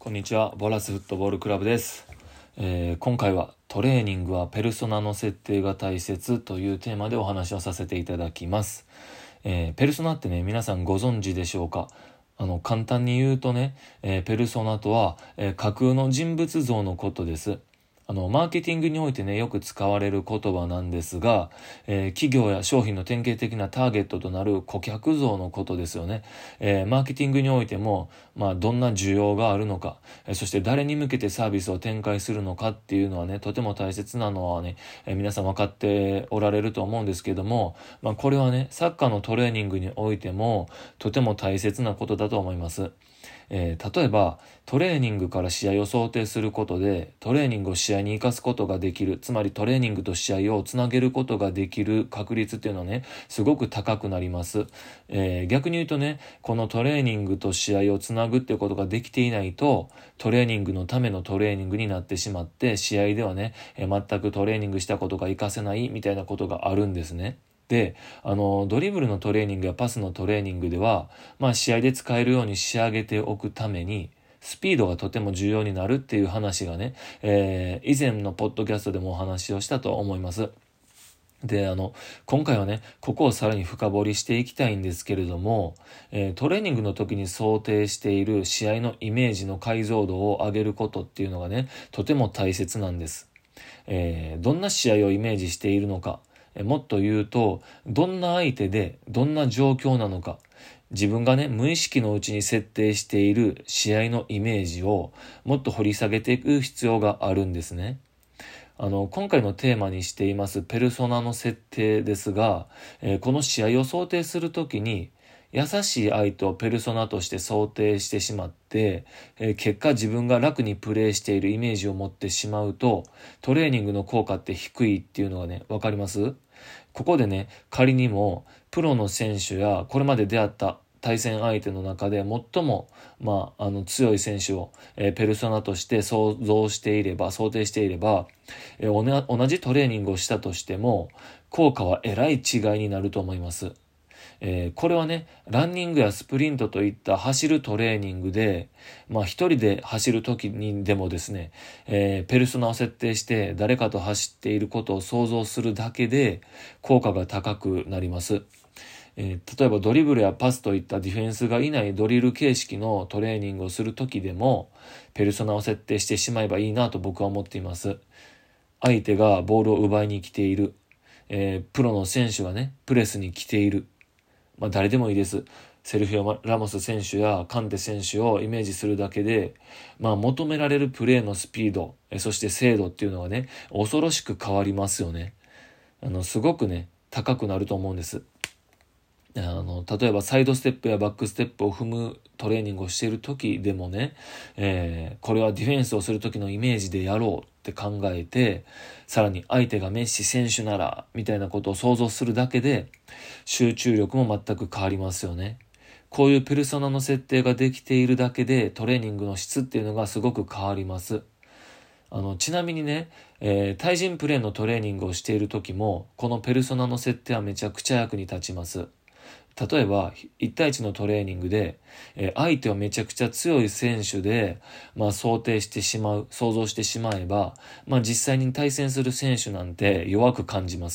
こんにちは、ボラスフットボールクラブです。今回はトレーニングはペルソナの設定が大切というテーマでお話をさせていただきます。ペルソナってね、皆さんご存知でしょうか？簡単に言うとね、ペルソナとは、架空の人物像のことです。マーケティングにおいてね、よく使われる言葉なんですが、企業や商品の典型的なターゲットとなる顧客像のことですよね。マーケティングにおいても、どんな需要があるのか、そして誰に向けてサービスを展開するのかっていうのはね、とても大切なのはね、皆さん分かっておられると思うんですけども、これはね、サッカーのトレーニングにおいても、とても大切なことだと思います。例えばトレーニングから試合を想定することでトレーニングを試合に生かすことができる、つまりトレーニングと試合をつなげることができる確率っていうのはね、すごく高くなります。逆に言うとね、このトレーニングと試合をつなぐっていうことができていないとトレーニングのためのトレーニングになってしまって、試合ではね、全くトレーニングしたことが活かせないみたいなことがあるんですね。で、ドリブルのトレーニングやパスのトレーニングでは、試合で使えるように仕上げておくために、スピードがとても重要になるっていう話がね、以前のポッドキャストでもお話をしたと思います。で、今回はね、ここをさらに深掘りしていきたいんですけれども、トレーニングの時に想定している試合のイメージの解像度を上げることっていうのがね、とても大切なんです。どんな試合をイメージしているのか、もっと言うと、どんな相手でどんな状況なのか、自分がね、無意識のうちに設定している試合のイメージをもっと掘り下げていく必要があるんですね。今回のテーマにしていますペルソナの設定ですが、この試合を想定するときに優しい相手をペルソナとして想定してしまって、結果自分が楽にプレーしているイメージを持ってしまうと、トレーニングの効果って低いっていうのがね、わかります？ここでね、仮にもプロの選手やこれまで出会った対戦相手の中で最も、強い選手を、ペルソナとして想定していれば、同じトレーニングをしたとしても効果はえらい違いになると思います。これはね、ランニングやスプリントといった走るトレーニングで、一人で走る時にでもですね、ペルソナを設定して誰かと走っていることを想像するだけで効果が高くなります。例えばドリブルやパスといったディフェンスがいないドリル形式のトレーニングをする時でも、ペルソナを設定してしまえばいいなと僕は思っています。相手がボールを奪いに来ている。プロの選手がね、プレスに来ている。誰でもいいです。セルフィオ・ラモス選手やカンテ選手をイメージするだけで、求められるプレーのスピード、そして精度っていうのがね、恐ろしく変わりますよね。すごくね、高くなると思うんです。例えばサイドステップやバックステップを踏むトレーニングをしている時でもね、これはディフェンスをする時のイメージでやろうって考えて、さらに相手がメッシ選手ならみたいなことを想像するだけで集中力も全く変わりますよね。こういうペルソナの設定ができているだけでトレーニングの質っていうのがすごく変わります。ちなみにね、対人プレーのトレーニングをしている時もこのペルソナの設定はめちゃくちゃ役に立ちます。例えば1対1のトレーニングで、相手はめちゃくちゃ強い選手で、想像してしまえば、実際に対戦する選手なんて弱く感じます。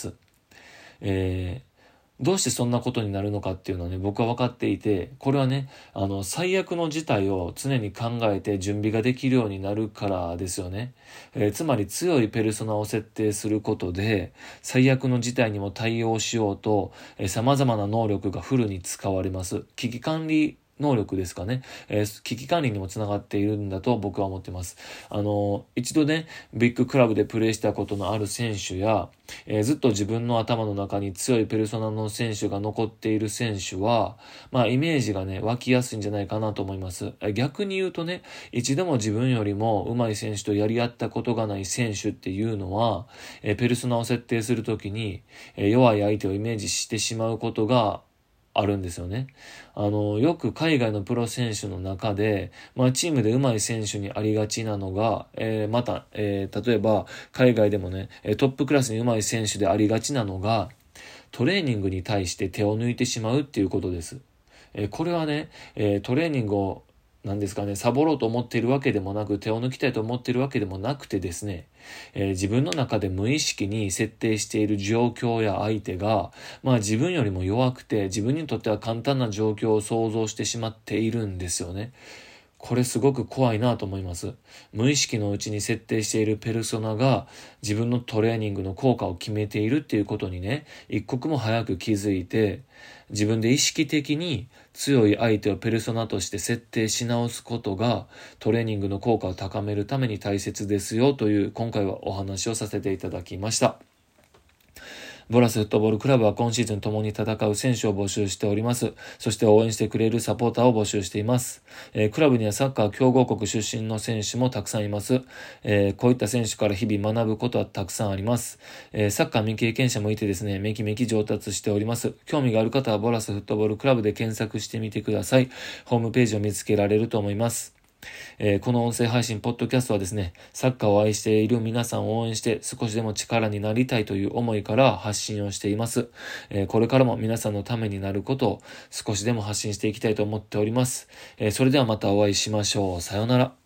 どうしてそんなことになるのかっていうのはね、僕は分かっていて、これはね、最悪の事態を常に考えて準備ができるようになるからですよね。つまり強いペルソナを設定することで、最悪の事態にも対応しようと、様々な能力がフルに使われます。危機管理能力ですかね、危機管理にもつながっているんだと僕は思ってます。一度ね、ビッグクラブでプレーしたことのある選手や、ずっと自分の頭の中に強いペルソナの選手が残っている選手は、イメージがね、湧きやすいんじゃないかなと思います。逆に言うとね、一度も自分よりも上手い選手とやり合ったことがない選手っていうのは、ペルソナを設定するときに、弱い相手をイメージしてしまうことがあるんですよね。よく海外のプロ選手の中で、チームで上手い選手にありがちなのが、例えば海外でもね、トップクラスに上手い選手でありがちなのが、トレーニングに対して手を抜いてしまうっていうことです。これはね、トレーニングをなんですかね、サボろうと思っているわけでもなく、手を抜きたいと思っているわけでもなくてですね、自分の中で無意識に設定している状況や相手が、自分よりも弱くて、自分にとっては簡単な状況を想像してしまっているんですよね。これすごく怖いなと思います。無意識のうちに設定しているペルソナが自分のトレーニングの効果を決めているっていうことにね、一刻も早く気づいて、自分で意識的に強い相手をペルソナとして設定し直すことがトレーニングの効果を高めるために大切ですよという今回はお話をさせていただきました。ボラスフットボールクラブは今シーズン共に戦う選手を募集しております。そして応援してくれるサポーターを募集しています。クラブにはサッカー強豪国出身の選手もたくさんいます。こういった選手から日々学ぶことはたくさんあります。サッカー未経験者もいてですね、めきめき上達しております。興味がある方はボラスフットボールクラブで検索してみてください。ホームページを見つけられると思います。この音声配信、ポッドキャストはですね、サッカーを愛している皆さんを応援して少しでも力になりたいという思いから発信をしています。これからも皆さんのためになることを少しでも発信していきたいと思っております。それではまたお会いしましょう。さようなら。